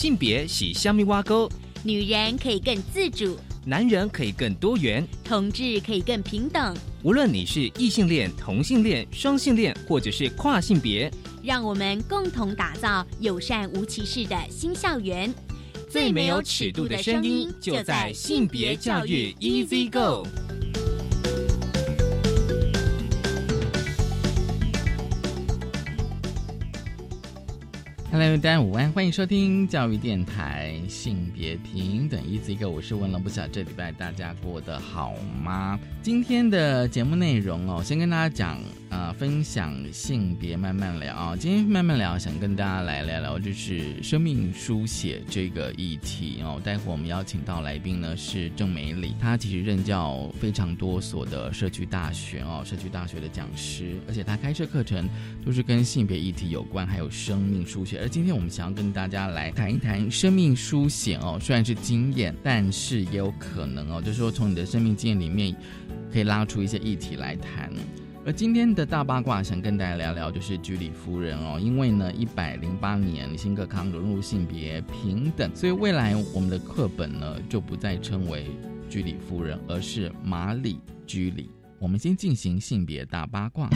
性别是虾米挖沟， 女人可以更自主， 男人可以更多元， 同志可以更平等。 无论你是异性恋、同性恋、双性恋，或者是跨性别， 让我们共同打造友善无歧视的新校园。 最没有尺度的声音，就在性别教育 Easy Go。 Hello， 大家午安，欢迎收听教育电台性别平等 Easy Go， 我是文龙，不晓得这礼拜大家过得好吗？今天的节目内容先跟大家讲分享性别慢慢聊今天慢慢聊想跟大家来聊聊就是生命书写这个议题待会我们邀请到来宾呢是郑美里，她其实任教非常多所的社区大学社区大学的讲师，而且她开设课程都是跟性别议题有关，还有生命书写。而今天我们想要跟大家来谈一谈生命书写虽然是经验，但是也有可能就是说从你的生命经验里面可以拉出一些议题来谈。而今天的大八卦想跟大家聊聊就是居里夫人因为呢108年新课纲融入性别平等，所以未来我们的课本呢就不再称为居里夫人，而是马里居里。我们先进行性别大八卦。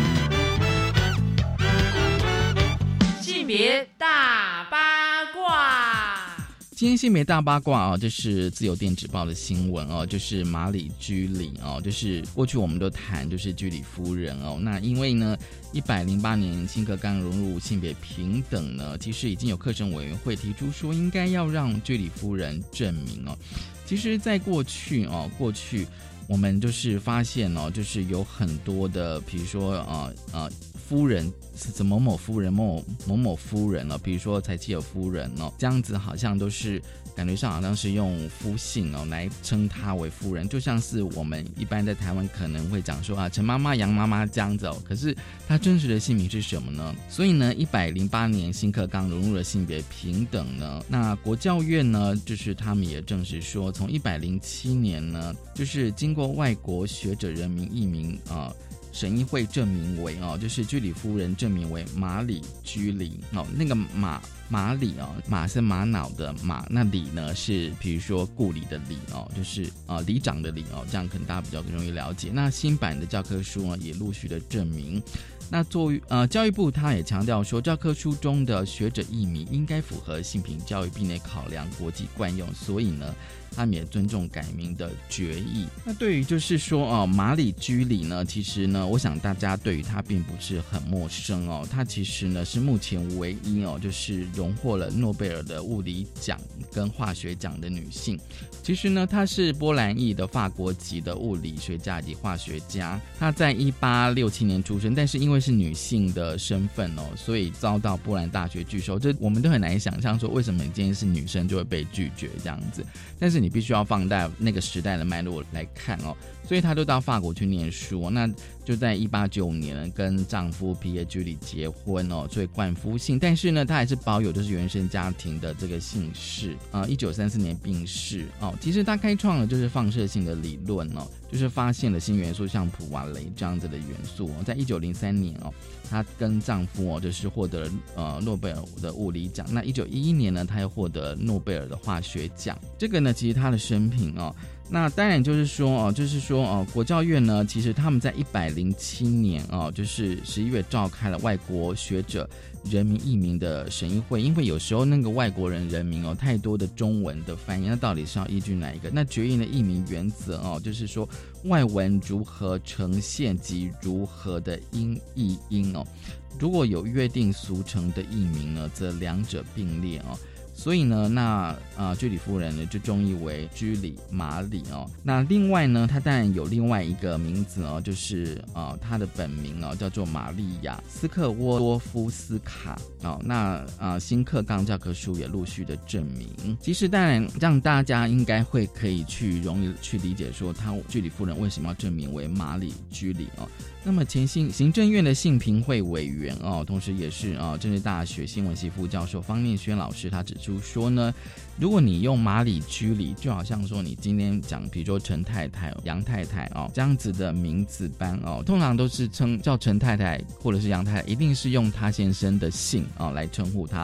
性别大八卦， 今天性别大八卦这是自由电子报的新闻就是马里居里就是过去我们都谈就是居里夫人那因为呢108年新课纲融入性别平等呢，其实已经有课程委员会提出说应该要让居里夫人证明其实在过去我们就是发现就是有很多的比如说夫人是某某夫人某某夫人比如说柴契尔夫人这样子好像都是感觉上好像是用夫姓来称她为夫人，就像是我们一般在台湾可能会讲说陈妈妈杨妈妈这样子可是她真实的姓名是什么呢？所以呢108年新课纲融入了性别平等呢，那国教院呢就是他们也证实说从107年呢就是经过外国学者人民译名审议会证明为就是居里夫人证明为马里居里那个马里马是玛瑙的马，那里呢是比如说故里的里就是里长的里这样可能大家比较容易了解。那新版的教科书呢也陆续的证明。那教育部他也强调说教科书中的学者译名应该符合性平教育并且考量国际惯用，所以呢他们也尊重改名的决议。那对于就是说马里居里呢，其实呢我想大家对于他并不是很陌生他其实呢是目前唯一就是荣获了诺贝尔的物理奖跟化学奖的女性。其实呢她是波兰裔的法国籍的物理学家以及化学家，她在1867年出生，但是因为是女性的身份所以遭到波兰大学拒收。这我们都很难想象说为什么你今天是女生就会被拒绝这样子，但是你必须要放大那个时代的脉络来看所以她就到法国去念书那就在1895年跟丈夫皮耶居里结婚所以冠夫姓，但是呢她还是保有就是原生家庭的这个姓氏1934年病逝其实她开创了就是放射性的理论就是发现了新元素像普瓦雷这样子的元素在1903年她跟丈夫就是获得了诺贝尔的物理奖。那1911年呢她又获得诺贝尔的化学奖。这个呢其实她的生平那当然就是说国教院呢其实他们在107年就是11月召开了外国学者人民译名的审议会，因为有时候那个外国人人名太多的中文的翻译，那到底是要依据哪一个？那决议的译名原则就是说外文如何呈现及如何的音译音如果有约定俗成的译名呢则两者并列所以呢那居里夫人呢就中译为居里马里那另外呢她当然有另外一个名字就是她的本名叫做玛利亚斯克沃多夫斯卡那新课纲教科书也陆续的证明。其实当然让大家应该会可以去容易去理解说她居里夫人为什么要证明为马里居里那么前行政院的性平会委员同时也是政治大学新闻系副教授方念轩老师，他指出说呢，如果你用马里居里，就好像说你今天讲比如说陈太太杨太太这样子的名字班通常都是叫陈太太或者是杨太太，一定是用他先生的姓来称呼他。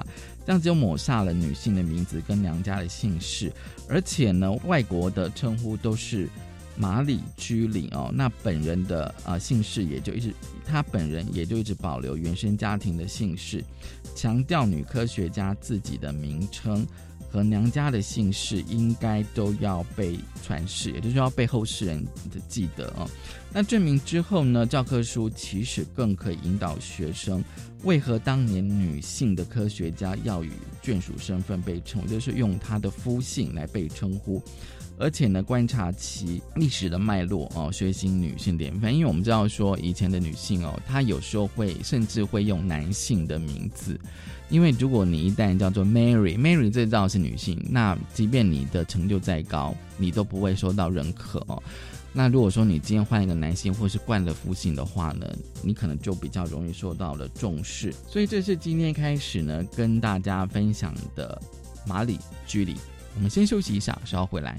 这样就抹煞了女性的名字跟娘家的姓氏，而且呢，外国的称呼都是马里居里哦，那本人的姓氏他本人也就一直保留原生家庭的姓氏，强调女科学家自己的名称和娘家的姓氏应该都要被传世，也就是要被后世人记得哦。那证明之后呢，教科书其实更可以引导学生为何当年女性的科学家要以眷属身份被称呼，就是用她的夫姓来被称呼。而且呢，观察其历史的脉络哦，学习女性典范。因为我们知道说，以前的女性哦，她有时候甚至会用男性的名字。因为如果你一旦叫做 Mary 这道是女性，那即便你的成就再高，你都不会受到认可哦。那如果说你今天换一个男性或是冠了夫姓的话呢，你可能就比较容易受到了重视。所以这是今天开始呢跟大家分享的马里居里。我们先休息一下，稍后回来。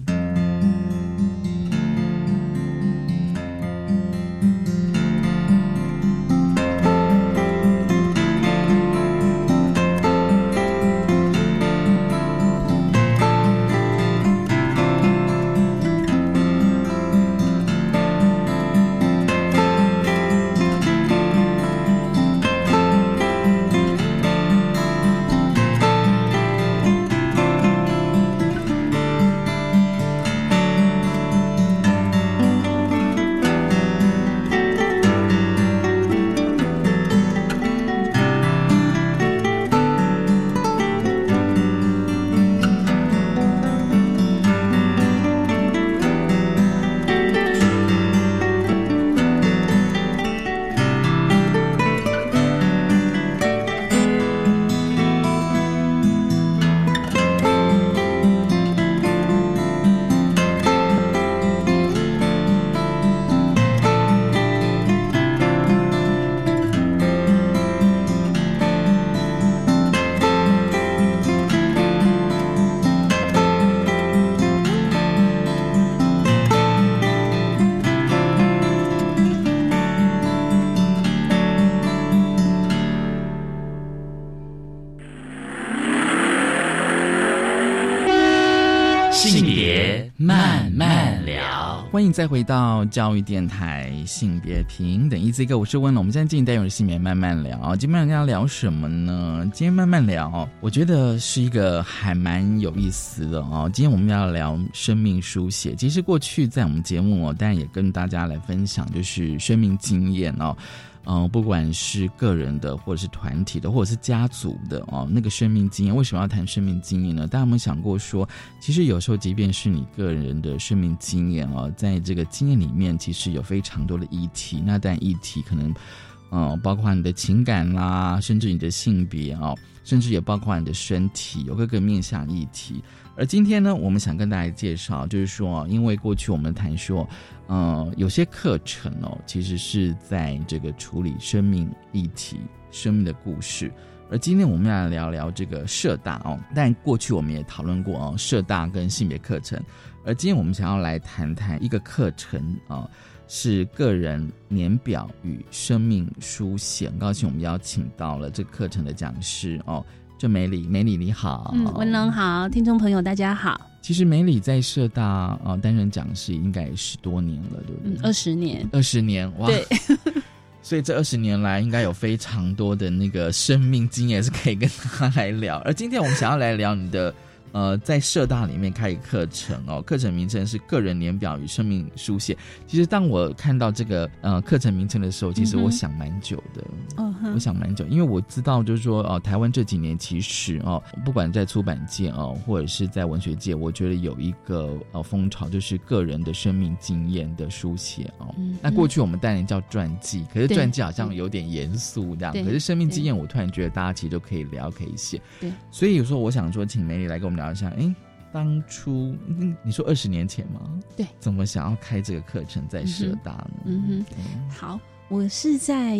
欢迎再回到教育电台性别平等EZ Go，我是温龙。我们现在进行单元的性别慢慢聊，今天要聊什么呢？今天慢慢聊，我觉得是一个还蛮有意思的哦。今天我们要聊生命书写。其实过去在我们节目当然也跟大家来分享，就是生命经验哦。不管是个人的，或者是团体的，或者是家族的哦，那个生命经验，为什么要谈生命经验呢？大家有没有想过说，其实有时候即便是你个人的生命经验哦，在这个经验里面，其实有非常多的议题。那但议题可能包括你的情感啦，甚至你的性别哦，甚至也包括你的身体，有各个面向议题。而今天呢，我们想跟大家介绍，就是说，因为过去我们谈说，有些课程哦，其实是在这个处理生命议题、生命的故事。而今天我们要来聊聊这个社大哦，但过去我们也讨论过哦，社大跟性别课程。而今天我们想要来谈谈一个课程啊，是个人年表与生命书写。很高兴我们邀请到了这个课程的讲师哦。就美里你好。 文龙好，听众朋友大家好。 其实美里在社大担任讲师应该也10多年了，对不对？20年哇。对。所以这20年来应该有非常多的那个生命经验是可以跟他来聊。而今天我们想要来聊你的在社大里面开一个课程哦，课程名称是个人年表与生命书写。其实当我看到这个课程名称的时候，其实我想蛮久的。我想蛮久，因为我知道就是说台湾这几年其实不管在出版界或者是在文学界，我觉得有一个风潮，就是个人的生命经验的书写那过去我们当然叫传记，可是传记好像有点严肃这样，可是生命经验我突然觉得大家其实都可以聊可以写。对，所以有时候我想说请美里来跟我们聊一下，当初你说20年前吗？对，怎么想要开这个课程在社大呢？ 好，我是在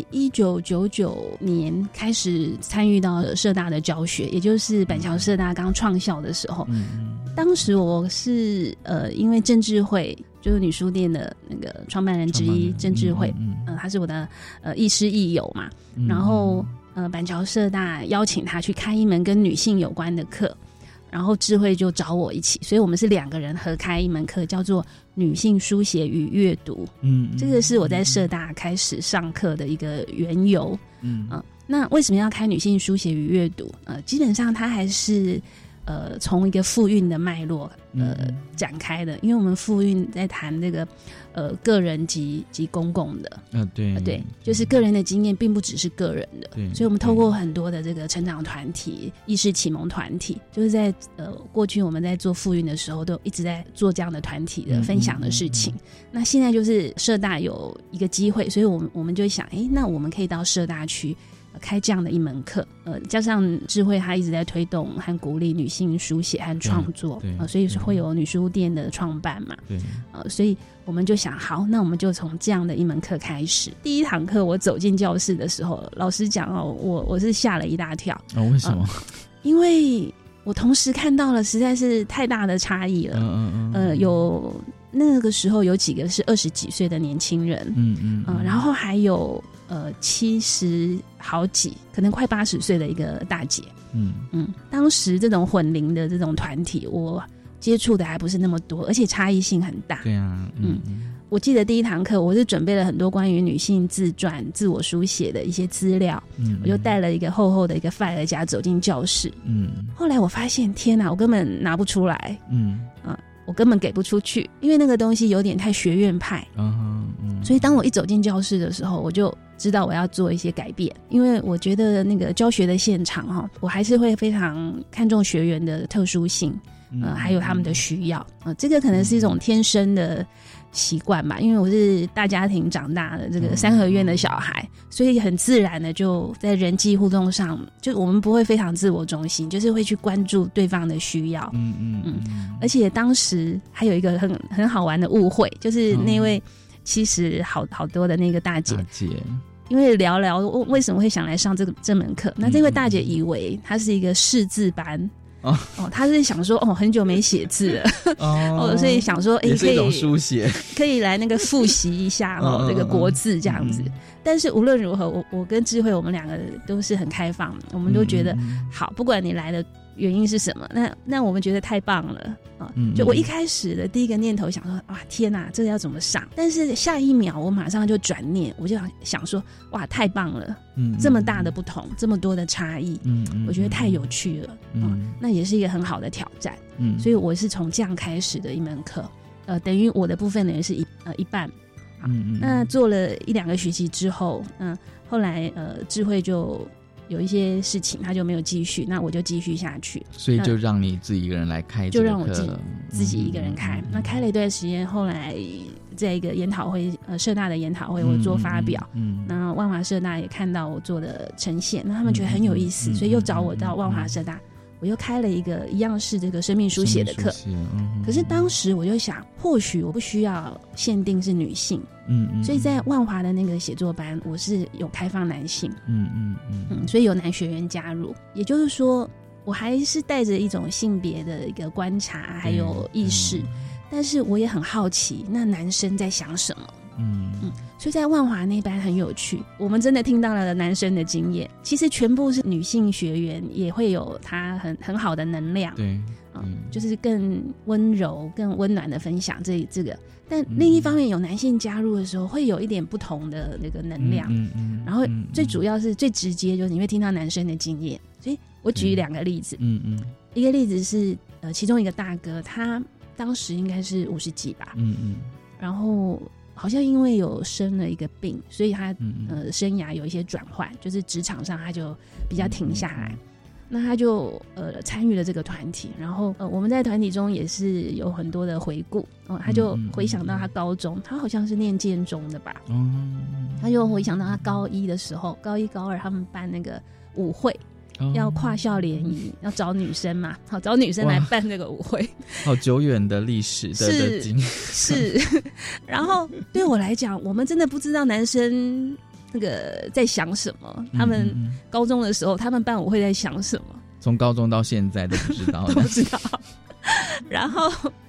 1999年开始参与到社大的教学，也就是板桥社大刚创校的时候。当时我是因为政治会就是女书店的那个创办人之一郑智慧，他是我的亦师亦友嘛，然后板桥社大邀请他去开一门跟女性有关的课，然后智慧就找我一起，所以我们是2个人合开一门课，叫做女性书写与阅读。这个是我在社大开始上课的一个缘由。那为什么要开女性书写与阅读？基本上它还是从一个妇运的脉络展开的，因为我们妇运在谈这个个人及公共的，对，就是个人的经验并不只是个人的，所以我们透过很多的这个成长团体、意识启蒙团体，就是在过去我们在做妇运的时候都一直在做这样的团体的分享的事情。那现在就是社大有一个机会，所以我们就想，那我们可以到社大去开这样的一门课，加上智慧他一直在推动和鼓励女性书写和创作，所以会有女书店的创办嘛，所以我们就想，好，那我们就从这样的一门课开始。第一堂课我走进教室的时候，老实讲我是吓了一大跳。 为什么？ 因为我同时看到了实在是太大的差异了。有那个时候有几个是20几岁的年轻人，然后还有70好几，可能快80岁的一个大姐。当时这种混龄的这种团体，我接触的还不是那么多，而且差异性很大。 对啊， 我记得第一堂课我是准备了很多关于女性自传、自我书写的一些资料，我就带了一个厚厚的一个file夹走进教室。后来我发现，天哪，我根本拿不出来。我根本给不出去，因为那个东西有点太学院派。所以当我一走进教室的时候，我就知道我要做一些改变，因为我觉得那个教学的现场我还是会非常看重学员的特殊性，还有他们的需要。这个可能是一种天生的习惯吧，因为我是大家庭长大的这个三合院的小孩，所以很自然的就在人际互动上，就我们不会非常自我中心，就是会去关注对方的需要。而且当时还有一个很好玩的误会，就是那位70好多的那个大姐，因为聊聊为什么会想来上这门课，那这位大姐以为她是一个识字班。他是想说很久没写字了所以想说也是一种书写， 可以来那个复习一下这个国字这样子。但是无论如何，我跟智慧我们2个都是很开放，我们都觉得好，不管你来的原因是什么，那我们觉得太棒了就我一开始的第一个念头想说，哇，天哪，这个要怎么上？但是下一秒我马上就转念，我就想说，哇，太棒了，这么大的不同，这么多的差异，我觉得太有趣了，那也是一个很好的挑战，所以我是从这样开始的一门课，等于我的部分呢是一半。那做了1-2个学期之后，后来智慧就有一些事情他就没有继续，那我就继续下去， 所以就让你自己一个人来开这个课， 就让我自己一个人开。那开了一段时间，后来在一个研讨会，社大的研讨会，我做发表，那万华社大也看到我做的呈现，那他们觉得很有意思，所以又找我到万华社大，我又开了一个一样是这个生命书写的课。可是当时我就想，或许我不需要限定是女性，所以在万华的那个写作班，我是有开放男性，所以有男学员加入，也就是说，我还是带着一种性别的一个观察还有意识，但是我也很好奇，那男生在想什么？所以在万华那班很有趣，我们真的听到了男生的经验，其实全部是女性学员也会有他很好的能量，对，就是更温柔更温暖的分享这个，但另一方面有男性加入的时候会有一点不同的那个能量，然后最主要是最直接就是你会听到男生的经验，所以我举2个例子，一个例子是其中一个大哥，他当时应该是50几吧，然后好像因为有生了一个病，所以他生涯有一些转换，就是职场上他就比较停下来，那他就参与了这个团体，然后我们在团体中也是有很多的回顾，他就回想到他高中，他好像是念建中的吧，他就回想到他高1的时候，高1高2他们办那个舞会，要跨校联谊，要找女生嘛，好找女生来办这个舞会， 好久远的历史的经验是。然后对我来讲，我们真的不知道男生那个在想什么，他们高中的时候他们办舞会在想什么， 从高中到现在都不知道不知道。然后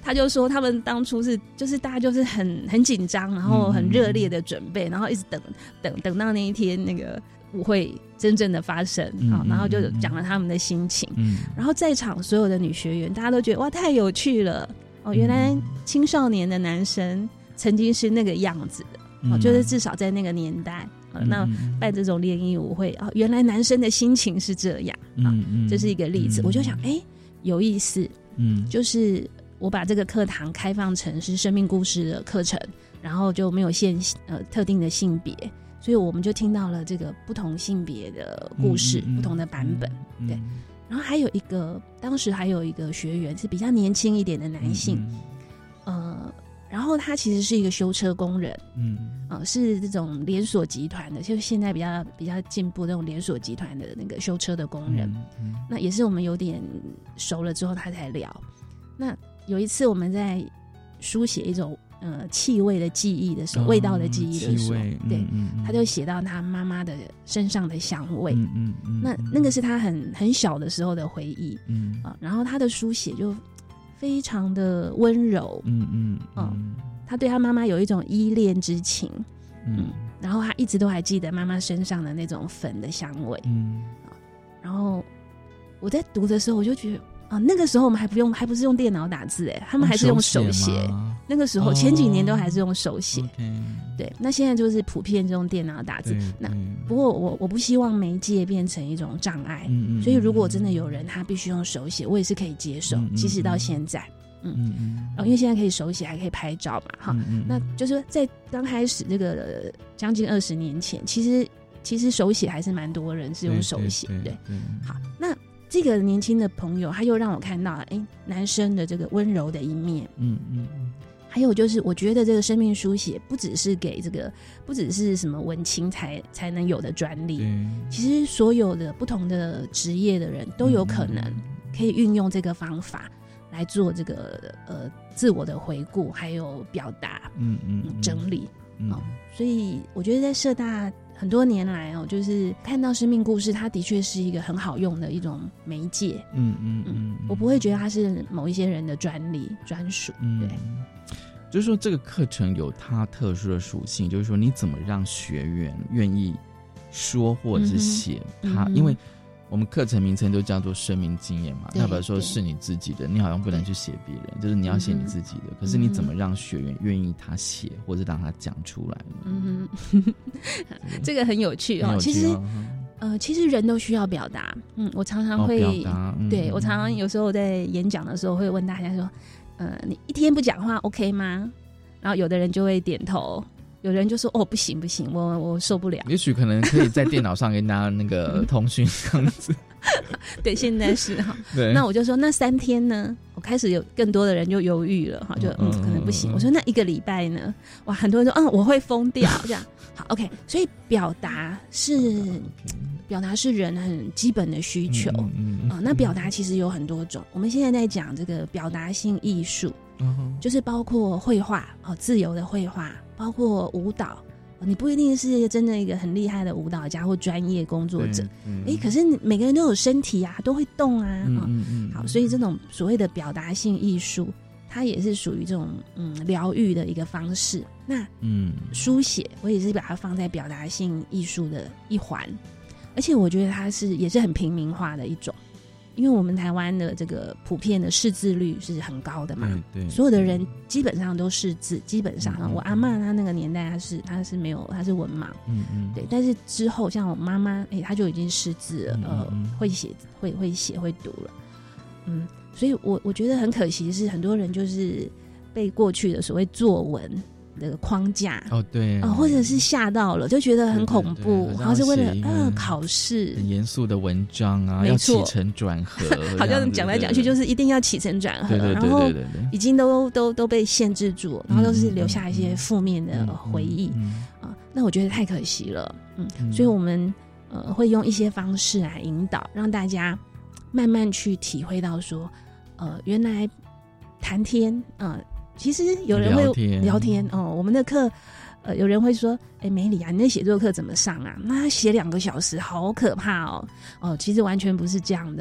他就说他们当初就是大家就是很紧张，然后很热烈的准备，然后一直等到那一天那个舞会真正的发生然后就讲了他们的心情。然后在场所有的女学员，大家都觉得哇太有趣了原来青少年的男生曾经是那个样子的就是至少在那个年代那办这种联谊舞会原来男生的心情是这样这是一个例子。我就想有意思就是我把这个课堂开放成是生命故事的课程，然后就没有限特定的性别，所以我们就听到了这个不同性别的故事不同的版本对。然后还有一个当时还有一个学员是比较年轻一点的男性然后他其实是一个修车工人是这种连锁集团的，就是现在比较进步这种连锁集团的那个修车的工人那也是我们有点熟了之后他才聊。那有一次我们在书写一种气味的记忆的时候味道的记忆的时候对他就写到他妈妈的身上的香味那个是他很小的时候的回忆然后他的书写就非常的温柔他对他妈妈有一种依恋之情然后他一直都还记得妈妈身上的那种粉的香味然后我在读的时候我就觉得那个时候我们还不是用电脑打字他们还是用手写那个时候前几年都还是用手写对，那现在就是普遍用电脑打字那不过我不希望媒介变成一种障碍所以如果真的有人他必须用手写我也是可以接受即使到现在因为现在可以手写还可以拍照嘛那就是在刚开始这个将近20年前其实手写还是蛮多人是用手写对好那这个年轻的朋友他又让我看到男生的这个温柔的一面还有就是我觉得这个生命书写不只是什么文青才能有的专利其实所有的不同的职业的人都有可能可以运用这个方法来做这个自我的回顾还有表达整理所以我觉得在社大很多年来就是看到生命故事它的确是一个很好用的一种媒介我不会觉得它是某一些人的专利专属对就是说这个课程有它特殊的属性就是说你怎么让学员愿意说或者是写它因为我们课程名称都叫做生命经验嘛代表说是你自己的你好像不能去写别人就是你要写你自己的可是你怎么让学员愿意他写或者让他讲出来呢这个很有趣其实人都需要表达我常常会表达对我常常有时候在演讲的时候会问大家说你一天不讲话 OK 吗然后有的人就会点头有人就说不行我受不了也许可能可以在电脑上跟大家那个通讯这样子对现在是对那我就说那3天呢我开始有更多的人就犹豫了就可能不行我说那1个礼拜呢哇很多人说我会疯掉这样好 OK 所以表达是人很基本的需求那表达其实有很多种我们现在在讲这个表达性艺术就是包括绘画自由的绘画包括舞蹈你不一定是真的一个很厉害的舞蹈家或专业工作者可是每个人都有身体都会动好所以这种所谓的表达性艺术它也是属于这种疗愈的一个方式那书写我也是把它放在表达性艺术的一环而且我觉得它也是很平民化的一种因为我们台湾的这个普遍的识字率是很高的嘛对所有的人基本上都识字基本上我阿嬷她那个年代她是没有她是文盲对但是之后像我妈妈她就已经识字了会写会写会读了所以我觉得很可惜的是很多人就是被过去的所谓作文的框架对或者是吓到了就觉得很恐怖然后是为了考试很严肃的文章要起承转合好像讲来讲去就是一定要起承转合然后已经都被限制住然后都是留下一些负面的回忆那我觉得太可惜了所以我们会用一些方式来引导让大家慢慢去体会到说原来谈天其实有人会聊天我们的课有人会说美里你那写作课怎么上啊那写2个小时好可怕其实完全不是这样的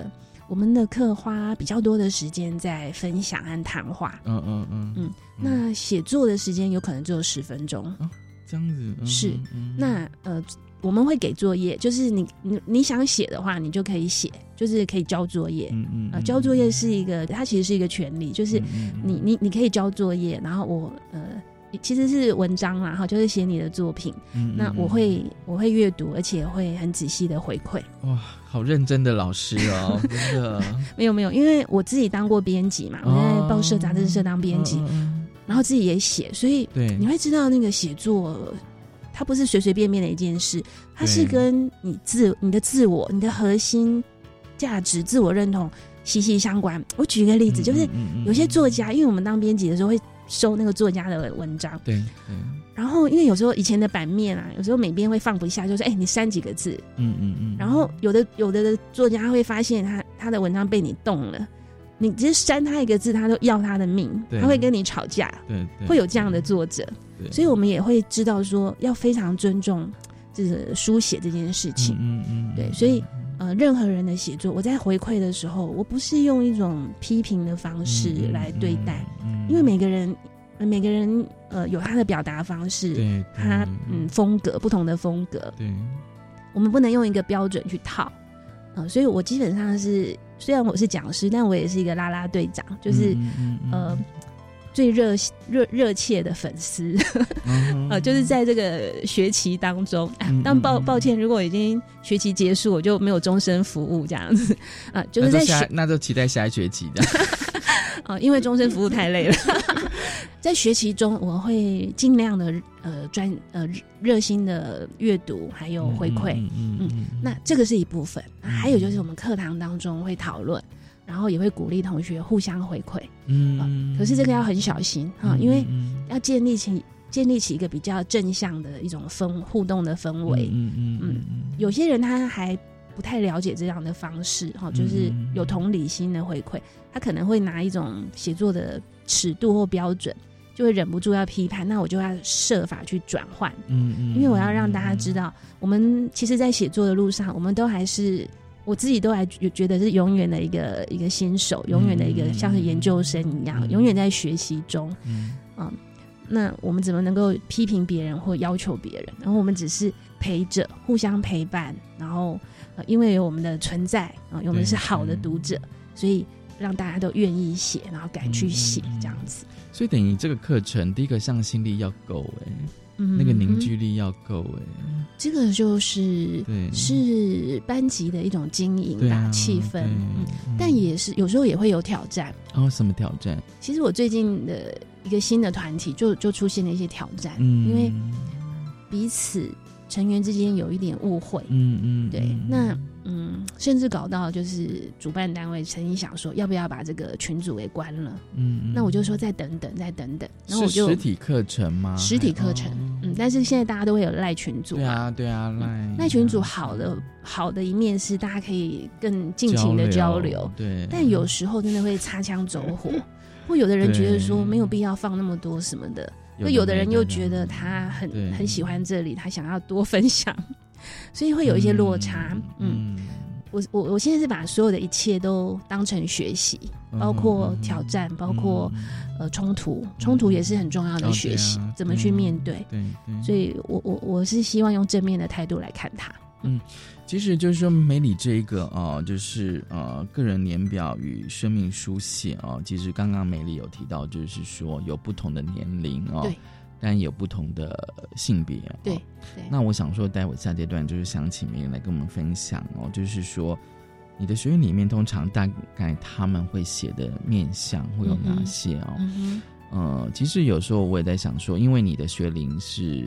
我们的课花比较多的时间在分享和谈话。那写作的时间有可能只有10分钟。 这样子。 是。那我们会给作业，就是你想写的话，你就可以写，就是可以交作业。交作业是一个，它其实是一个权利，就是你可以交作业，然后我其实是文章啦，哈，就是写你的作品。那我会阅读，而且会很仔细的回馈。 哇，好认真的老师哦，真的。 没有，因为我自己当过编辑嘛，我在报社、杂志社当编辑，然后自己也写，所以你会知道那个写作，它不是随随便便的一件事，它是跟你的自我、你的核心价值、自我认同息息相关。我举一个例子，就是有些作家，因为我们当编辑的时候会收那个作家的文章，对，然后因为有时候以前的版面啊，有时候美编会放不下，就说你删几个字，然后有的作家会发现他的文章被你动了，你直接删他一个字，他都要他的命，他会跟你吵架，对，会有这样的作者，所以我们也会知道说要非常尊重就是书写这件事情，对，所以任何人的写作，我在回馈的时候，我不是用一种批评的方式来对待，因为每个人有他的表达方式，对，他风格不同的风格，对，我们不能用一个标准去套，所以我基本上是，虽然我是讲师，但我也是一个啦啦队长，就是最热切的粉丝，就是在这个学期当中，但抱歉，如果已经学期结束，我就没有终身服务这样子啊，就是在那就期待下一学期的， 因为终身服务太累了。在学期中，我会尽量的热心的阅读，还有回馈，那这个是一部分，还有就是我们课堂当中会讨论。然后也会鼓励同学互相回馈，可是这个要很小心因为要建立起一个比较正向的一种互动的氛围，有些人他还不太了解这样的方式就是有同理心的回馈，他可能会拿一种写作的尺度或标准，就会忍不住要批判，那我就要设法去转换，因为我要让大家知道，我们其实在写作的路上，我们都还是。我自己都还觉得是永远的一个新手，永远的一个像是研究生一样，永远在学习中。那我们怎么能够批评别人或要求别人？然后我们只是陪着，互相陪伴。然后因为有我们的存在我们是好的读者，所以让大家都愿意写，然后敢去写这样子。 所以等于这个课程，第一个向心力要够那个凝聚力要够这个就是班级的一种经营气氛，但也是有时候也会有挑战。 什么挑战？ 其实我最近的一个新的团体就出现了一些挑战，因为彼此成员之间有一点误会，对，那甚至搞到就是主办单位曾经想说要不要把这个群组给关了，那我就说再等等，然后我就是实体课程吗？ 实体课程，但是现在大家都会有赖群组， 对啊， 赖群组好的一面是大家可以更尽情的交流，对，但有时候真的会擦枪走火，或有的人觉得说没有必要放那么多什么的，有的人又觉得他很喜欢这里，他想要多分享，所以会有一些落差。我现在是把所有的一切都当成学习，包括挑战，包括冲突也是很重要的学习，怎么去面对。所以我是希望用正面的态度来看它。 其实就是说梅里这一个就是个人年表与生命书写其实刚刚梅里有提到，就是说有不同的年龄对，但有不同的性别对。那我想说待会下阶段就是想请梅里来跟我们分享就是说你的学员里面通常大概他们会写的面向会有哪些其实有时候我也在想说，因为你的学龄是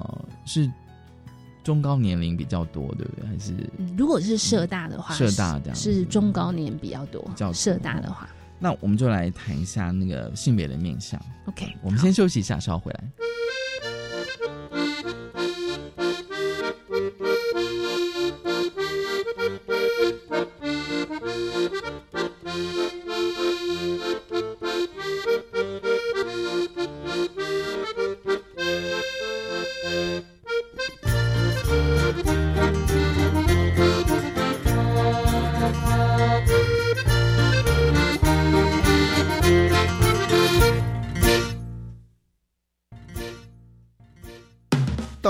中高年龄比较多，对不对？还是如果是社大的话， 社大这样是中高年比较多，社大的话， 那我们就来谈一下那个性别的面向。 OK， 我们先休息一下，稍后回来。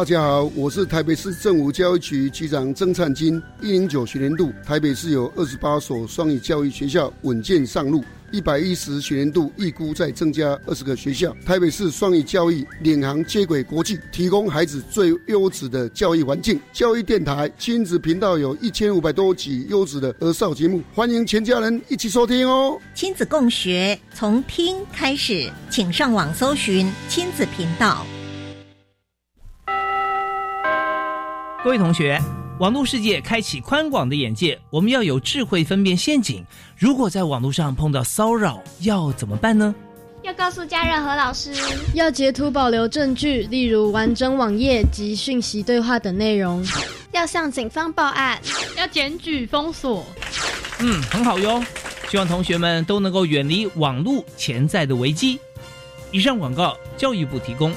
大家好，我是台北市政府教育局局长曾灿金。109学年度，台北市有28所双语教育学校稳健上路。110学年度预估再增加20个学校。台北市双语教育领航接轨国际，提供孩子最优质的教育环境。教育电台亲子频道有1500多集优质的儿少节目，欢迎全家人一起收听哦。 亲子共学，从听开始，请上网搜寻亲子频道。 各位同学，网络世界开启宽广的眼界，我们要有智慧分辨陷阱。如果在网络上碰到骚扰，要怎么办呢？ 要告诉家人和老师， 要截图保留证据，例如完整网页及讯息对话等内容。 要向警方报案， 要检举封锁。 很好哟，希望同学们都能够远离网络潜在的危机。以上广告，教育部提供。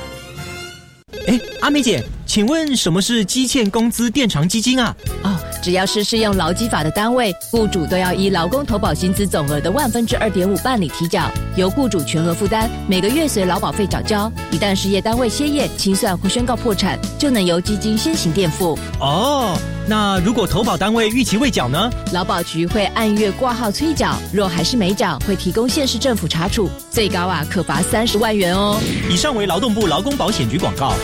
阿美姐，请问什么是积欠工资垫偿基金啊？ 只要是适用劳基法的单位，雇主都要依劳工投保薪资总额的2/2.5办理提缴，由雇主全额负担，每个月随劳保费缴交。一旦事业单位歇业、清算或宣告破产，就能由基金先行垫付。 那如果投保单位逾期未缴呢？ 劳保局会按月挂号催缴，若还是没缴，会提供县市政府查处，最高可罚30万元哦。 以上为劳动部劳工保险局广告。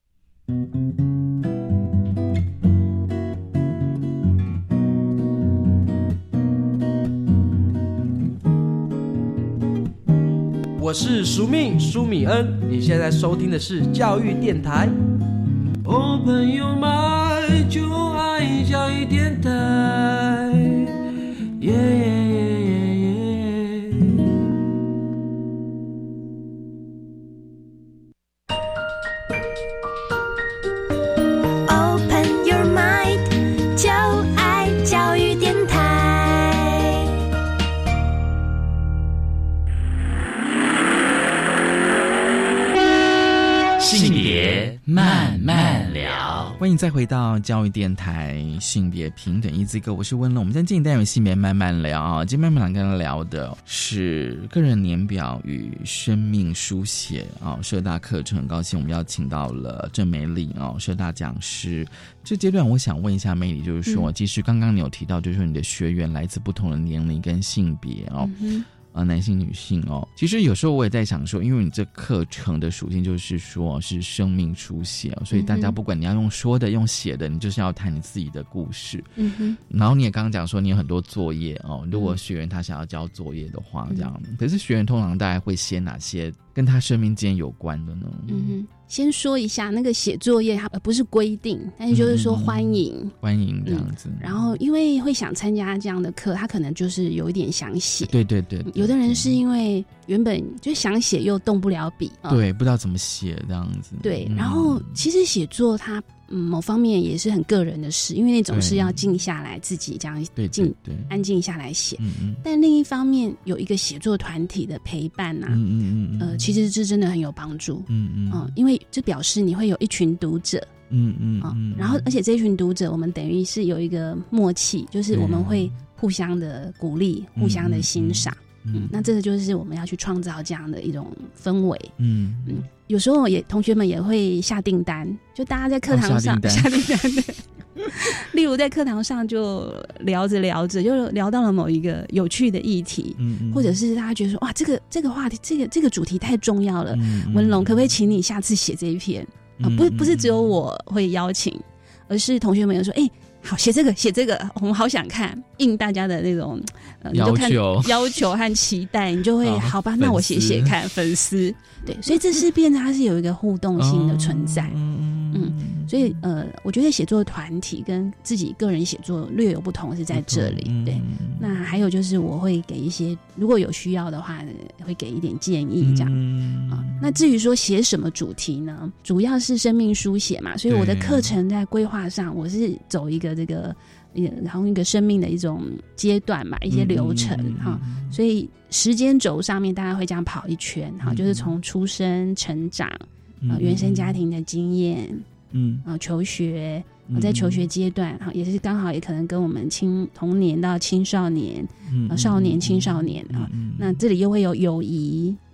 我是苏米恩，你现在收听的是教育电台。Open your mind， 就爱教育电台。 Open your mind， 就爱教育电台。 性别慢慢聊， 欢迎再回到教育电台性别平等1G Go，我是温龙。我们在进行单元性别慢慢聊啊，今天慢慢聊跟他聊的是个人年表与生命书写啊，社大课程，很高兴我们邀请到了郑美丽啊，社大讲师。这阶段我想问一下美丽，就是说，其实刚刚你有提到，就是说你的学员来自不同的年龄跟性别哦。男性女性哦，其实有时候我也在想说，因为你这课程的属性就是说是生命书写，所以大家不管你要用说的用写的，你就是要谈你自己的故事。然后你也刚刚讲说你有很多作业哦，如果学员他想要交作业的话这样，可是学员通常大概会写哪些跟他生命间有关的呢？ 先说一下那个写作业它不是规定，但是就是说欢迎这样子。 然后因为会想参加这样的课，他可能就是有一点想写。 对， 有的人是因为原本就想写又动不了笔， 对，不知道怎么写这样子。 对，然后其实写作它某方面也是很个人的事，因为那种是要静下来自己这样安静下来写。但另一方面有一个写作团体的陪伴其实是真的很有帮助。因为这表示你会有一群读者。然后而且这一群读者我们等于是有一个默契，就是我们会互相的鼓励，互相的欣赏。那这个就是我们要去创造这样的一种氛围。有时候同学们也会下订单，就大家在课堂上下订单的例如在课堂上就聊着就聊到了某一个有趣的议题，或者是大家觉得说哇这个话题这个主题太重要了，文龙可不可以请你下次写这一篇？不是只有我会邀请，而是同学们有说好写这个我们好想看，应大家的那种要求和期待，你就会好吧，那我写看粉丝。对，所以这是变成它是有一个互动性的存在。所以我觉得写作团体跟自己个人写作略有不同是在这里。对，那还有就是我会给一些如果有需要的话会给一点建议这样。那至于说写什么主题呢，主要是生命书写嘛，所以我的课程在规划上我是走一个然后一个生命的一种阶段嘛，一些流程所以时间轴上面大概会这样跑一圈就是从出生、成长、原生家庭的经验，求学，在求学阶段也是刚好也可能跟我们童年到青少年、少年、青少年那这里又会有友谊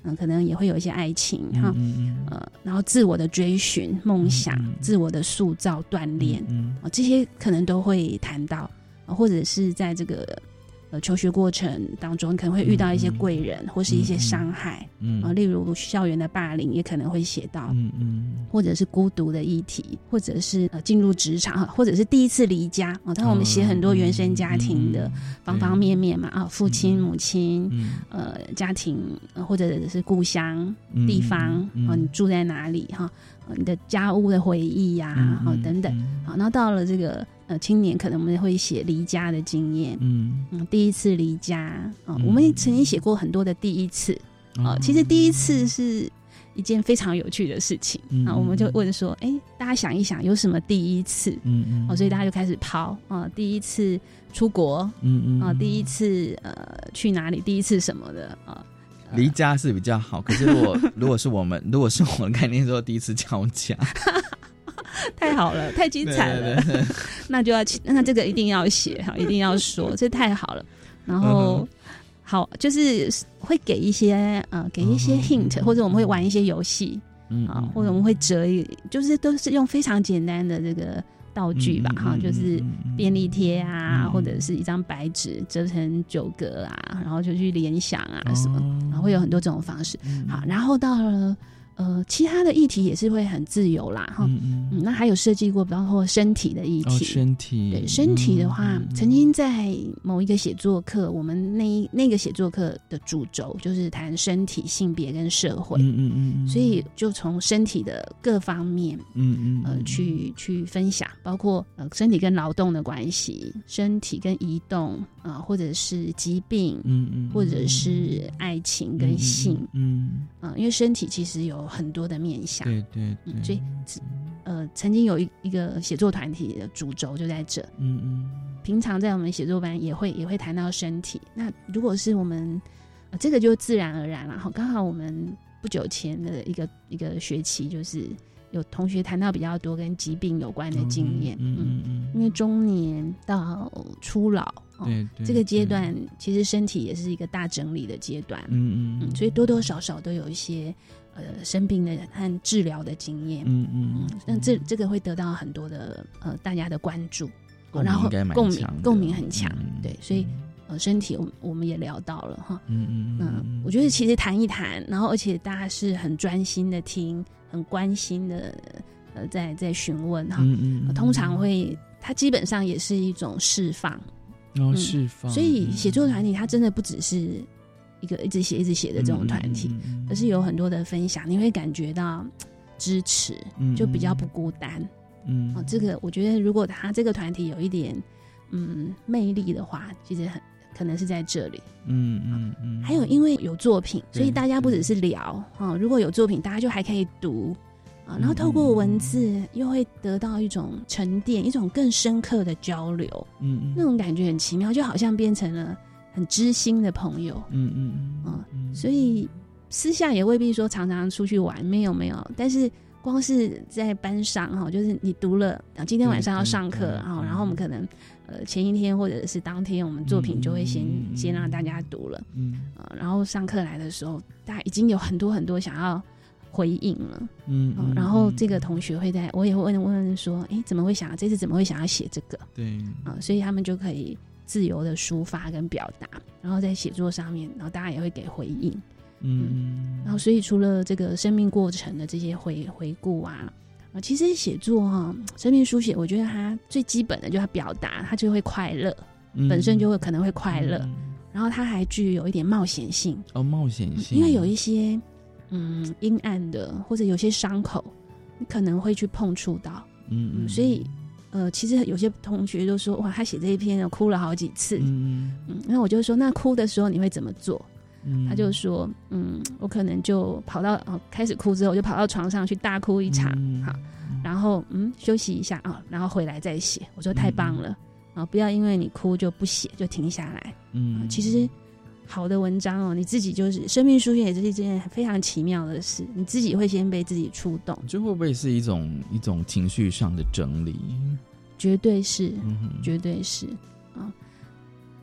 可能也会有一些爱情哈，然后自我的追寻、梦想、自我的塑造、锻炼，这些可能都会谈到，或者是在这个求学过程当中，你可能会遇到一些贵人，或是一些伤害，例如校园的霸凌也可能会写到，或者是孤独的议题，或者是进入职场，或者是第一次离家当然我们写很多原生家庭的方方面面嘛，父亲、母亲，家庭，或者是故乡、地方，你住在哪里哈，你的家屋的回忆呀，等等，然后到了这个青年，可能我们会写离家的经验，第一次离家，我们曾经写过很多的第一次，其实第一次是一件非常有趣的事情，我们就问说，大家想一想有什么第一次，所以大家就开始抛，第一次出国，第一次去哪里，第一次什么的， 离家是比较好，可是如果是我的概念说第一次交家太好了，太精彩了，对，那这个一定要写，一定要说，这太好了。然后好，就是会给一些hint，或者我们会玩一些游戏，或者我们会折就是都是用非常简单的这个道具吧，就是便利贴啊，或者是一张白纸折成9格啊，然后就去联想啊什么，然后会有很多这种方式。好，然后到了其他的议题也是会很自由啦，那还有设计过，包括身体的议题。身体，对，身体的话，曾经在某一个写作课，我们那个写作课的主轴就是谈身体、性别跟社会，所以就从身体的各方面，去分享，包括身体跟劳动的关系，身体跟移动或者是疾病，或者是爱情跟性，因为身体其实有很多的面向，对，所以曾经有一个写作团体的主轴就在这，平常在我们写作班也会谈到身体。那如果是我们这个就自然而然了，刚好我们不久前的一个学期就是有同学谈到比较多跟疾病有关的经验，因为中年到初老，这个阶段其实身体也是一个大整理的阶段，所以多多少少都有一些生病的和治疗的经验，那这个会得到很多的大家的关注，然后共鸣很强，对，所以身体我们也聊到了哈，我觉得其实谈一谈，然后而且大家是很专心的听，很关心的在询问哈，通常会它基本上也是一种释放，释放，所以写作团体它真的不只是一个一直写的这种团体，而是有很多的分享，你会感觉到支持，就比较不孤单，这个我觉得如果他这个团体有一点魅力的话，其实可能是在这里，还有因为有作品，所以大家不只是聊，如果有作品大家就还可以读，然后透过文字又会得到一种沉淀，一种更深刻的交流，那种感觉很奇妙，就好像变成了很知心的朋友，所以私下也未必说常常出去玩，没有，但是光是在班上就是你读了，今天晚上要上课，然后我们可能前一天或者是当天，我们作品就会先让大家读了，然后上课来的时候，大家已经有很多很多想要回应了，然后这个同学我也会问说，这次怎么会想要写这个？对，所以他们就可以自由的抒发跟表达，然后在写作上面，然后大家也会给回应，然后所以除了这个生命过程的这些回顾啊，其实写作生命书写，我觉得它最基本的就是它表达，它就会快乐，本身就可能会快乐，然后它还具有一点冒险性，冒险性，因为有一些阴暗的或者有些伤口，你可能会去碰触到，所以其实有些同学就说，哇，他写这一篇哭了好几次，那我就说，那哭的时候你会怎么做？他就说，我可能就跑到开始哭之后，我就跑到床上去大哭一场，好，然后休息一下然后回来再写。我说太棒了，不要因为你哭就不写，就停下来。其实好的文章你自己就是生命书写，也是一件非常奇妙的事，你自己会先被自己触动。 这会不会是一种情绪上的整理？ 绝对是，绝对是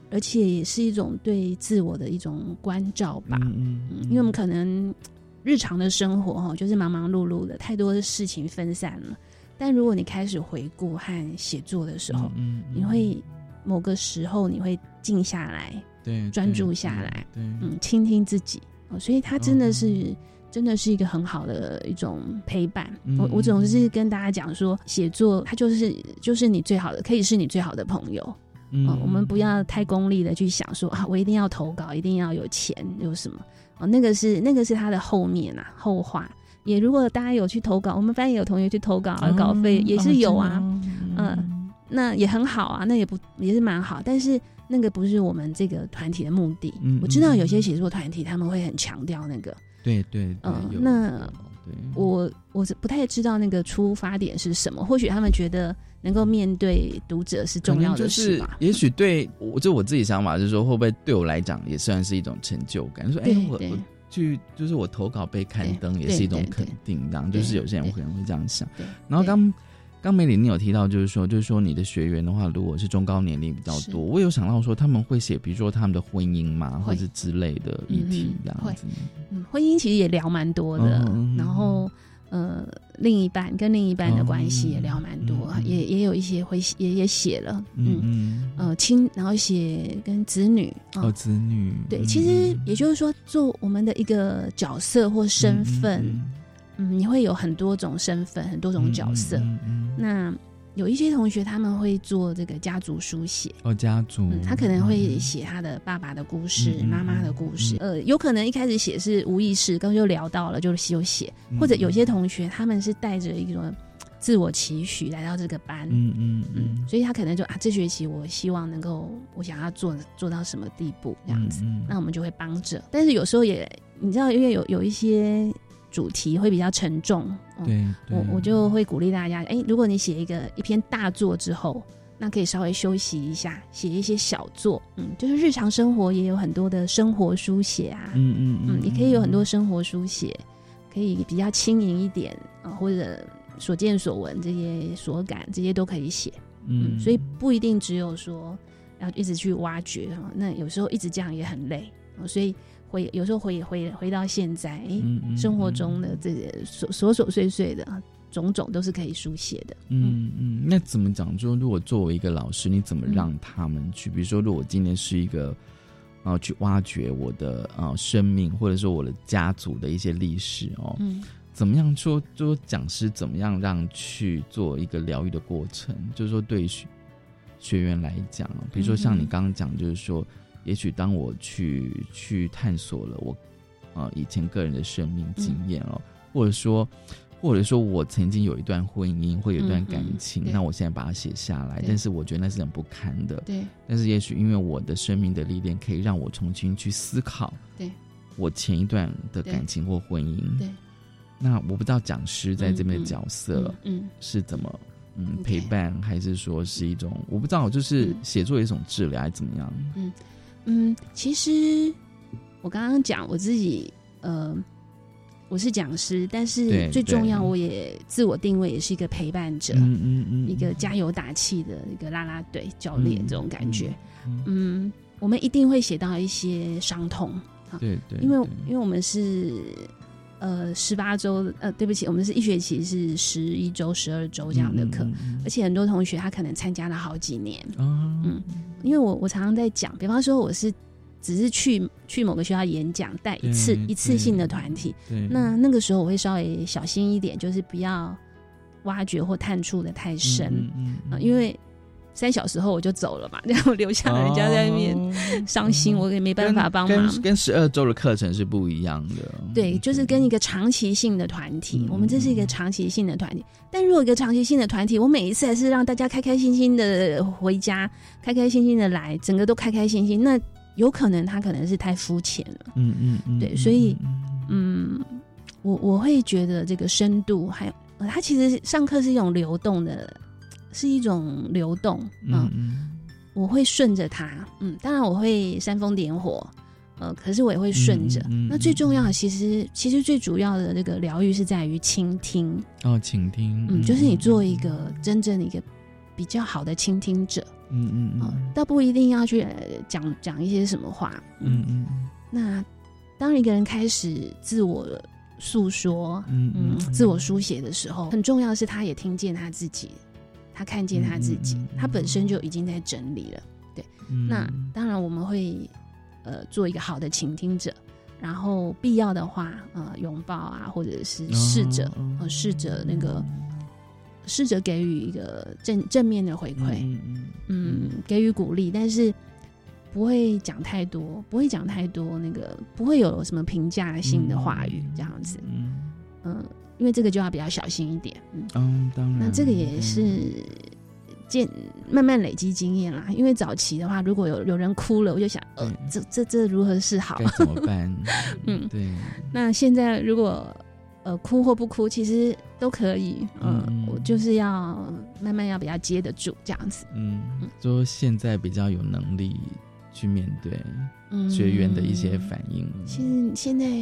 而且也是一种对自我的一种关照吧。因为我们可能日常的生活就是忙忙碌碌的，太多的事情分散了。但如果你开始回顾和写作的时候，你会某个时候你会静下来，对，专注下来，倾听自己。所以它真的是一个很好的一种陪伴。我总是跟大家讲说，写作它就是你最好的，可以是你最好的朋友。我们不要太功利的去想说我一定要投稿，一定要有钱，有什么那个是它的后面后话。也如果大家有去投稿，我们班也有同学去投稿，稿费也是有啊，那也很好啊，那也是蛮好，但是那个不是我们这个团体的目的。我知道有些写作团体他们会很强调那个，对，那我不太知道那个出发点是什么，或许他们觉得能够面对读者是重要的事吧。 也许对我自己想法就是说，会不会对我来讲也算是一种成就感？说我就是我投稿被刊登也是一种肯定，这样就是有些人可能会这样想。然后刚梅里你有提到就是说你的学员的话，如果是中高年龄比较多，我有想到说他们会写比如说他们的婚姻嘛，或者之类的议题这样子。 婚姻其实也聊蛮多的，然后跟另一半的关系也聊蛮多，也有一些也写了，然后写跟子女子女， 对，其实也就是说做我们的一个角色或身份，你会有很多种身份，很多种角色。那有一些同学他们会做这个家族书写， 家族， 他可能会写他的爸爸的故事，妈妈的故事，有可能一开始写是无意识，刚就聊到了就写，或者有些同学他们是带着一种自我期许来到这个班，所以他可能就这学期我希望能够，我想要做到什么地步这样子，那我们就会帮着。但是有时候也你知道，因为有一些主题会比较沉重，我就会鼓励大家，如果你写一篇大作之后，那可以稍微休息一下，写一些小作，就是日常生活也有很多的生活书写啊，也可以有很多生活书写，可以比较轻盈一点或者所见所闻这些所感，这些都可以写，所以不一定只有说要一直去挖掘，那有时候一直这样也很累，所以有时候回到现在，生活中的这些琐碎碎的种种都是可以书写的。 那怎么讲？就如果作为一个老师，你怎么让他们去？比如说，如果我今天是一个去挖掘我的生命，或者说我的家族的一些历史怎么样说讲师怎么样让去做一个疗愈的过程？就是说对学员来讲，比如说像你刚刚讲，就是说。也许当我去探索了我以前个人的生命经验或者说我曾经有一段婚姻或有一段感情，那我现在把它写下来，但是我觉得那是很不堪的。对，但是也许因为我的生命的历练，可以让我重新去思考，我前一段的感情或婚姻。对，那我不知道讲师在这边的角色是怎么。陪伴还是说是一种我不知道，就是写作一种治疗还是怎么样？ 其实我刚刚讲我自己我是讲师，但是最重要我也自我定位也是一个陪伴者，一个加油打气的一个啦啦队教练这种感觉。我们一定会写到一些伤痛，对，因为我们是18周对不起，我们是一学期是11周12周这样的课，而且很多同学他可能参加了好几年。因为我常常在讲，比方说我只是去某个学校演讲，带一次性的团体，那个时候我会稍微小心一点，就是不要挖掘或探触的太深，因为3小时后我就走了嘛，然后留下人家在那边伤心，我也没办法帮忙。 跟12周的课程是不一样的。 对，就是跟一个长期性的团体，我们这是一个长期性的团体。但如果一个长期性的团体，我每一次还是让大家开开心心的回家，开开心心的来，整个都开开心心，那有可能他可能是太肤浅了。对，所以我会觉得这个深度还有它其实上课是一种流动的。是一种流动，我会顺着它，当然我会煽风点火，可是我也会顺着。那最重要的，其实最主要的这个疗愈是在于倾听。倾听，就是你做一个真正的一个比较好的倾听者， 倒不一定要去讲一些什么话。那当一个人开始自我诉说，自我书写的时候，很重要的是他也听见他自己，他看见他自己，他本身就已经在整理了。对，那当然我们会做一个好的倾听者，然后必要的话拥抱啊，或者是试着给予一个正面的回馈，给予鼓励，但是不会讲太多那个不会有什么评价性的话语这样子，因为这个就要比较小心一点。 当然， 那这个也是慢慢累积经验啦。因为早期的话，如果有人哭了，我就想，这如何是好？ 该怎么办？对。 那现在如果哭或不哭，其实都可以。我就是要慢慢要比较接得住这样子。 就现在比较有能力去面对学员的一些反应。 其实现在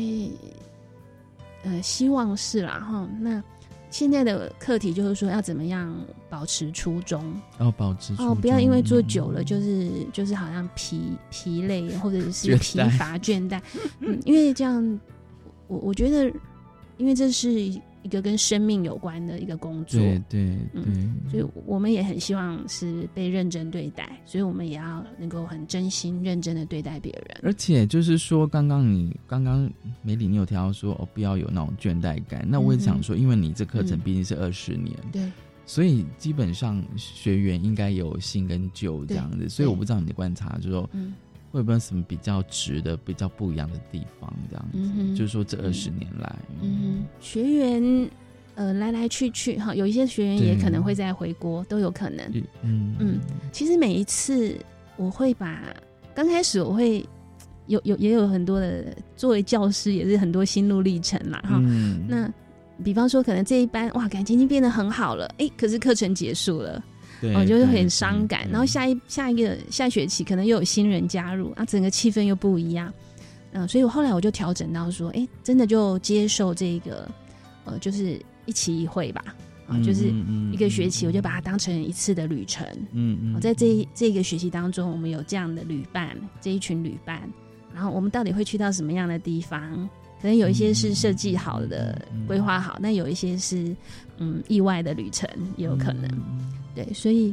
希望是啦哈。那现在的课题就是说要怎么样保持初衷， 保持初衷不要因为做久了就是好像疲累或者是疲乏倦怠。因为这样我觉得，因为这是一个跟生命有关的一个工作， 对， 所以我们也很希望是被认真对待，所以我们也要能够很真心认真的对待别人。 而且就是说，刚刚梅里你有提到说不要有那种倦怠感，那我也想说，因为你这课程毕竟是20年， 对， 所以基本上学员应该有新跟旧这样子，所以我不知道你的观察就是说，会不会有什么比较值的、比较不一样的地方？这样子，就是说这20年来， 学员来来去去哈，有一些学员也可能会再回国，都有可能。其实每一次我会刚开始我会也有很多的，作为教师也是很多心路历程啦哈。那比方说，可能这一班感情已经变得很好了，可是课程结束了。就是很伤感，然后下学期可能又有新人加入，整个气氛又不一样，所以后来我就调整到说，真的就接受这个，就是一期一会吧，就是一个学期，我就把它当成一次的旅程。在这个学期当中，我们有这样的旅伴，这一群旅伴，然后我们到底会去到什么样的地方？可能有一些是设计好的、规划好，那有一些是意外的旅程，也有可能。对，所以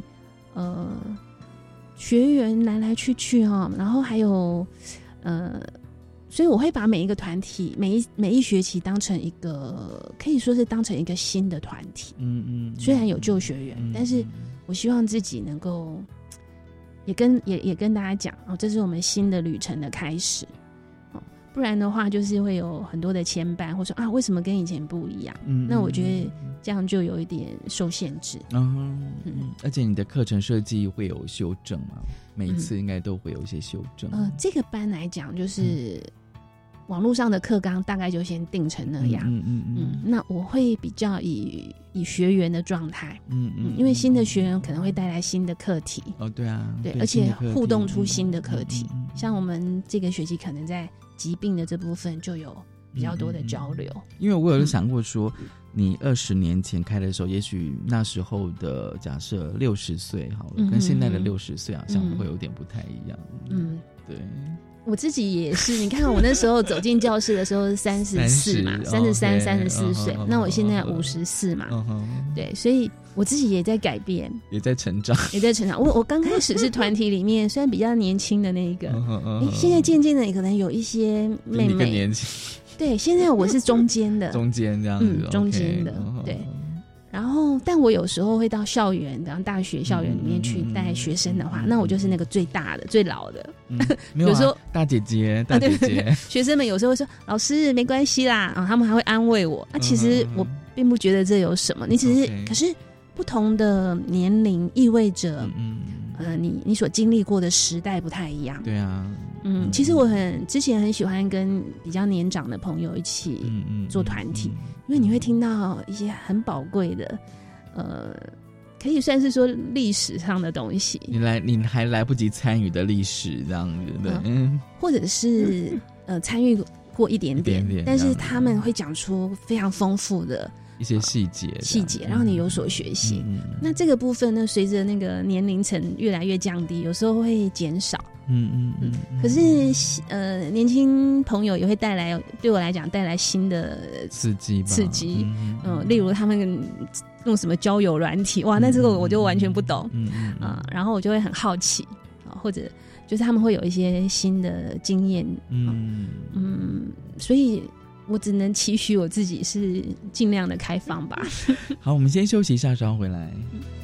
学员来来去去然后还有所以我会把每一个团体每一学期当成一个，可以说是当成一个新的团体。虽然有旧学员，但是我希望自己能够也跟大家讲这是我们新的旅程的开始。不然的话就是会有很多的牵绊，或者说为什么跟以前不一样？那我觉得这样就有一点受限制。 而且你的课程设计会有修正吗？每一次应该都会有一些修正。 这个班来讲，就是网络上的课纲大概就先定成那样。那我会比较以学员的状态，因为新的学员可能会带来新的课题。 对啊， 对，而且互动出新的课题。像我们这个学期可能在疾病的这部分就有比较多的交流。 因为我有想过说，你20年前开的时候，也许那时候的假设60岁好了，跟现在的60岁好像会有点不太一样。对。 我自己也是，你看我那时候走进教室的时候是34嘛，33、34岁，那我现在54嘛，对，所以我自己也在改变， 也在成长。 我刚开始是团体里面虽然比较年轻的那一个，现在渐渐的可能有一些妹妹更年轻， 对，现在我是中间的， 中间这样子， 中间的，对。然后，但我有时候会到校园，然后大学校园里面去带学生的话，那我就是那个最大的、最老的。 有时候大姐姐， 学生们有时候会说：“老师没关系啦。”他们还会安慰我。其实我并不觉得这有什么，你只是，可是不同的年龄意味着，你所经历过的时代不太一样。 对啊。 其实我之前很喜欢跟比较年长的朋友一起做团体，因为你会听到一些很宝贵的，可以算是说历史上的东西。 你还来不及参与的历史这样子的， 或者是参与过一点点，但是他们会讲出非常丰富的一些细节， 让你有所学习。那这个部分呢，随着那个年龄层越来越降低，有时候会减少。可是年轻朋友也会带来，对我来讲带来新的刺激。例如他们用什么交友软体，哇，那这个我就完全不懂。然后我就会很好奇，或者就是他们会有一些新的经验。所以我只能期许我自己是尽量的开放吧。 好，我们先休息一下，稍后回来。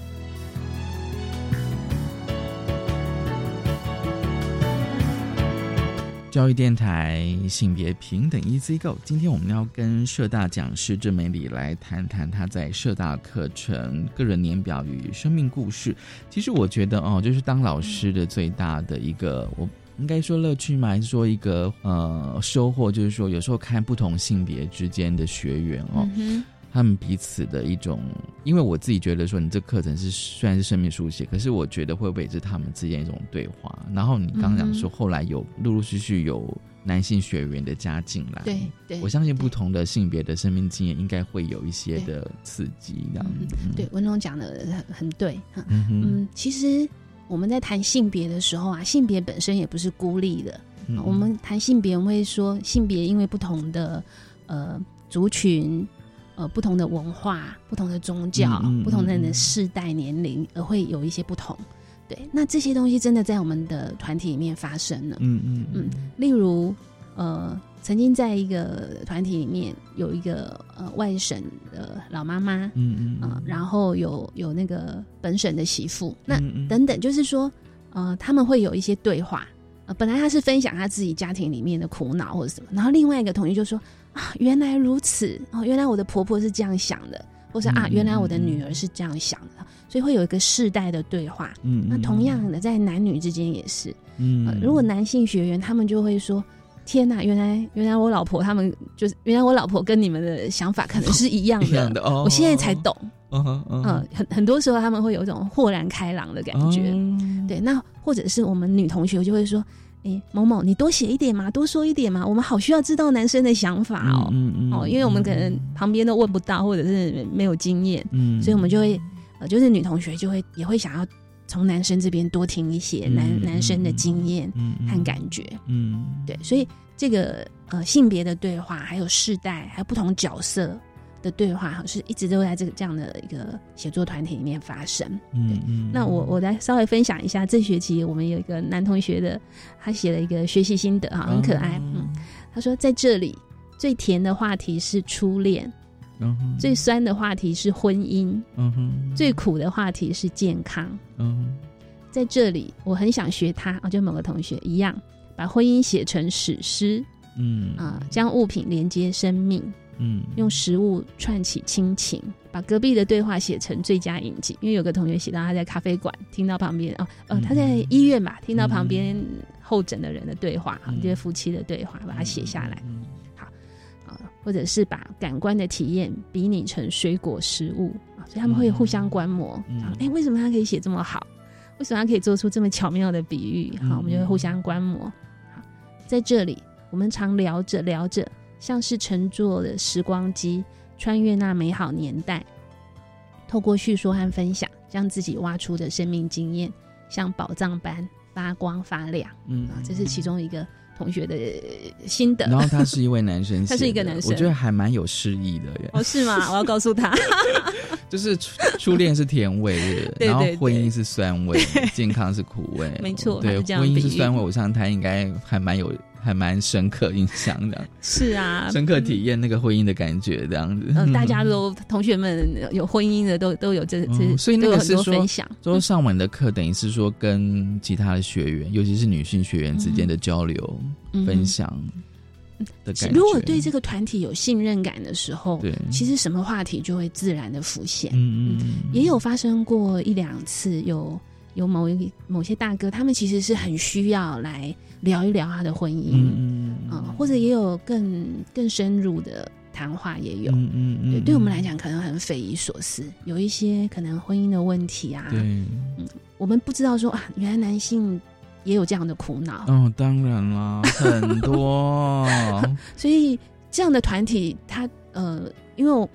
教育电台性别平等 Easy Go， 今天我们要跟社大讲师郑美里来谈谈她在社大课程个人年表与生命故事。其实我觉得就是当老师的最大的一个，我应该说乐趣吗？还是说一个收获？就是说有时候看不同性别之间的学员他们彼此的一种，因为我自己觉得说你这课程是虽然是生命书写，可是我觉得会不会是他们之间一种对话。然后你刚刚讲说后来有陆陆续续有男性学员的加进来， 对， 我相信不同的性别的生命经验应该会有一些的刺激这样对，文龙讲的很对。其实我们在谈性别的时候啊，性别本身也不是孤立的。我们谈性别，我们会说性别因为不同的族群。不同的文化、不同的宗教、不同的世代、年龄，而会有一些不同。对，那这些东西真的在我们的团体里面发生了。例如，曾经在一个团体里面有一个外省的老妈妈，然后有那个本省的媳妇，那等等，就是说，他们会有一些对话。本来他是分享他自己家庭里面的苦恼或者什么，然后另外一个同学就说原来如此，原来我的婆婆是这样想的，或是原来我的女儿是这样想的，所以会有一个世代的对话。那同样的在男女之间也是。如果男性学员他们就会说，天哪，原来我老婆他们就是原来我老婆跟你们的想法可能是一样的，我现在才懂。很多时候他们会有一种豁然开朗的感觉。对，那或者是我们女同学就会说，某某你多写一点嘛，多说一点嘛，我们好需要知道男生的想法因为我们可能旁边都问不到，或者是没有经验，所以我们就会就是女同学也会想要从男生这边多听一些男生的经验和感觉。对，所以这个性别的对话，还有世代，还有不同角色的对话，是一直都在这样的一个写作团体里面发生。那我来稍微分享一下，这学期我们有一个男同学的，他写了一个学习心得很可爱。他说在这里最甜的话题是初恋，最酸的话题是婚姻，最苦的话题是健康。在这里我很想学他，就某个同学一样，把婚姻写成史诗，将物品连接生命，用食物串起亲情，把隔壁的对话写成最佳影集。因为有个同学写到他在咖啡馆听到旁边他在医院吧，听到旁边候诊的人的对话，就是夫妻的对话，把它写下来。好，或者是把感官的体验比拟成水果食物，所以他们会互相观摩。为什么他可以写这么好？为什么他可以做出这么巧妙的比喻？好，我们就会互相观摩。好，在这里我们常聊着聊着，像是乘坐的时光机，穿越那美好年代，透过叙说和分享，将自己挖出的生命经验像宝藏般发光发亮。这是其中一个同学的心得。然后他是一位男生他是一个男生， 我觉得还蛮有诗意的耶。 是吗？我要告诉他就是初恋是甜味对， 然后婚姻是酸味，健康是苦味。 没错， 对，婚姻是酸味，我相信他应该还蛮深刻印象的。 是啊， 深刻体验那个婚姻的感觉这样子。 大家都同学们有婚姻的都有这所以那个是说上完的课等于是说跟其他的学员，尤其是女性学员之间的交流分享的感觉。 如果对这个团体有信任感的时候，其实什么话题就会自然的浮现。也有发生过一两次，有某些大哥，他们其实是很需要来聊一聊他的婚姻，或者也有更深入的谈话也有。对我们来讲可能很匪夷所思，有一些可能婚姻的问题啊，我们不知道说原来男性也有这样的苦恼。 当然啦，很多。 所以这样的团体，它因为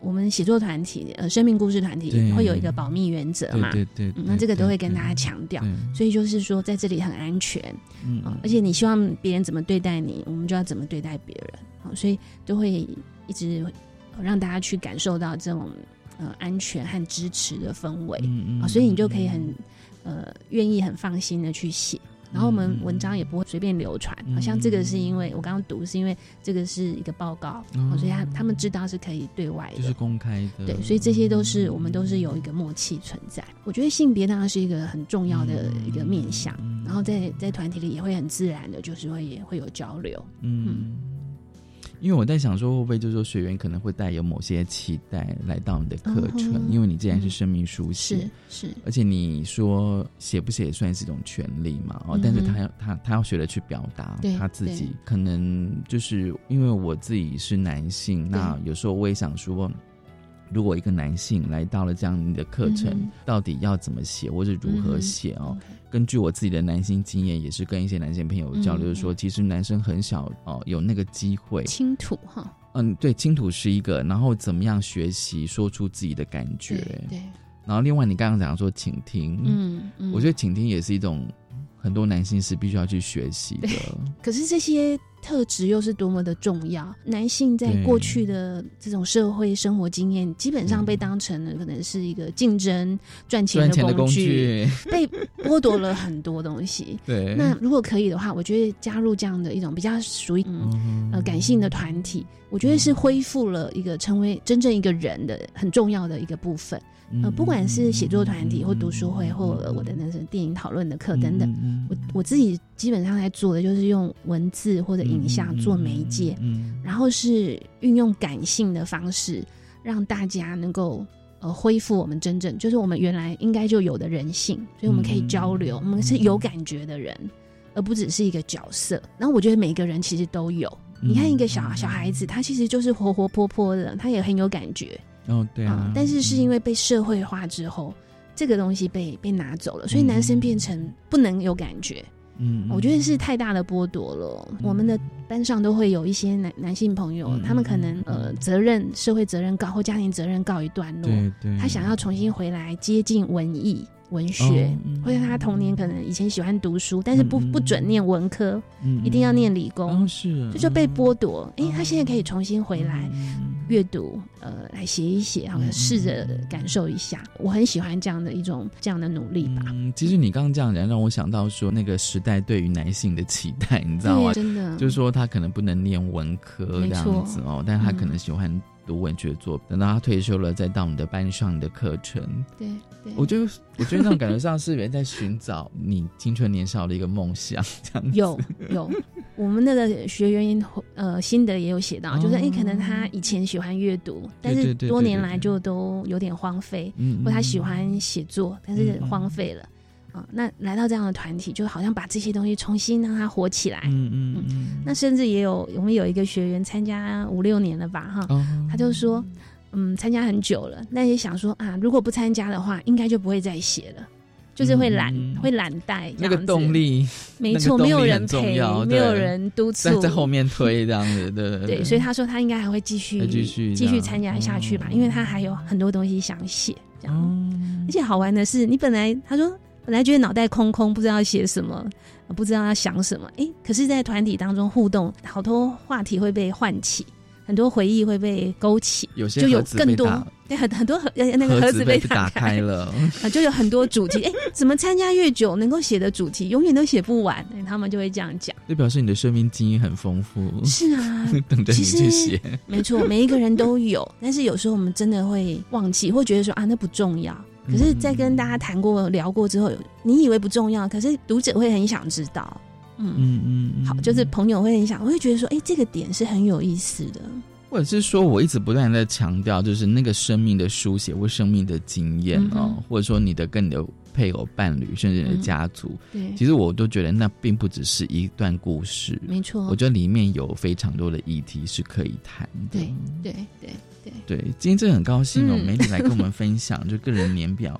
我们写作团体生命故事团体会有一个保密原则嘛， 对， 那这个都会跟大家强调，所以就是说在这里很安全，而且你希望别人怎么对待你，我们就要怎么对待别人，所以都会一直让大家去感受到这种安全和支持的氛围，所以你就可以很愿意很放心的去写。然后我们文章也不会随便流传，好像这个是因为我刚刚读是因为这个是一个报告，所以他们知道是可以对外的， 就是公开的，对， 所以这些都是我们都是有一个默契存在。我觉得性别当然是一个很重要的一个面向，然后在团体里也会很自然的，就是也会有交流， 因为我在想说会不会就是说学员可能会带有某些期待来到你的课程，因为你既然是生命书写， 是， 而且你说写不写也算是一种权利嘛，但是他要学着去表达他自己，可能就是因为我自己是男性，那有时候我也想说，如果一个男性来到了这样的课程，到底要怎么写或者如何写根据我自己的男性经验，也是跟一些男性朋友交流说，其实男生很少有那个机会倾吐哈。 对，倾吐是一个，然后怎么样学习说出自己的感觉， 对。 然后另外你刚刚讲说倾听，我觉得倾听也是一种很多男性是必须要去学习的。 可是这些特质又是多么的重要，男性在过去的这种社会生活经验基本上被当成了可能是一个竞争赚钱的工具，被剥夺了很多东西。 对， 那如果可以的话，我觉得加入这样的一种比较属于感性的团体，我觉得是恢复了一个成为真正一个人的很重要的一个部分。不管是写作团体或读书会或我的那种电影讨论的课等等，我自己基本上在做的就是用文字或者影像做媒介，然后是运用感性的方式让大家能够恢复我们真正就是我们原来应该就有的人性，所以我们可以交流，我们是有感觉的人，而不只是一个角色。然后我觉得每个人其实都有，你看一个小孩子，他其实就是活活泼泼的，他也很有感觉。 对啊， 但是是因为被社会化之后，这个东西被拿走了，所以男生变成不能有感觉。我觉得是太大的剥夺了。我们的班上都会有一些男性朋友，他们可能社会责任告或家庭责任告一段落，他想要重新回来接近文艺文学，或者他童年可能以前喜欢读书，但是不准念文科，一定要念理工，这就被剥夺。他现在可以重新回来阅读，来写一写，试着感受一下。我很喜欢这样的努力吧。 其实你刚刚这样讲，让我想到说那个时代对于男性的期待，你知道吗？ 真的， 就是说他可能不能念文科这样子但他可能喜欢读文学作品，等到他退休了再到我们的班上的课程。 对， 我觉得那种感觉上是人在寻找你青春年少的一个梦想这样子。 有我们那个学员心得也有写到，就是可能他以前喜欢阅读，但是多年来就都有点荒废，或他喜欢写作，但是荒废了。那来到这样的团体，就好像把这些东西重新让它活起来。那甚至我们有一个学员参加5-6年了吧，他就说，参加很久了，那也想说如果不参加的话，应该就不会再写了，就是会懒怠那个动力， 没错，没有人陪，没有人督促， 在后面推这样子，对， 所以他说他应该还会继续参加下去吧，因为他还有很多东西想写，这样。而且好玩的是，他说本来觉得脑袋空空，不知道要写什么，不知道要想什么，可是在团体当中互动，好多话题会被唤起，很多回忆会被勾起， 有些就有更多很多那个盒子被打开了就有很多主题怎么参加越久能够写的主题永远都写不完，他们就会这样讲， 就表示你的生命经验很丰富。 是啊等着你去写。 没错，每一个人都有，但是有时候我们真的会忘记，或觉得说那不重要，可是在跟大家谈过聊过之后，你以为不重要，可是读者会很想知道。好，就是朋友会很想，我会觉得说这个点是很有意思的。 或者是说我一直不断的强调，就是那个生命的书写或生命的经验或者说你的跟你的配偶伴侣甚至你的家族，其实我都觉得那并不只是一段故事， 没错， 我觉得里面有非常多的议题是可以谈的。对，今天真的很高兴美女来跟我们分享就个人年表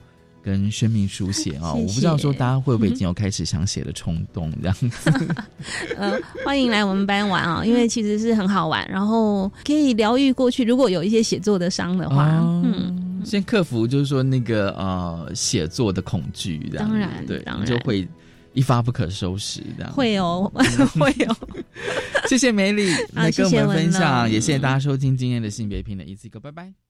跟生命书写哦。 谢谢我不知道说大家会不会已经有开始想写的冲动这样子。 欢迎来我们班玩啊，因为其实是很好玩，然后可以疗愈过去如果有一些写作的伤的话， 先克服就是说那个写作的恐惧这样， 当然对， 当然就会一发不可收拾这样。 会哦会哦。 谢谢梅里来跟我们分享， 谢谢文龙也谢谢大家收听今天的性别平等 Easy Go， 拜拜。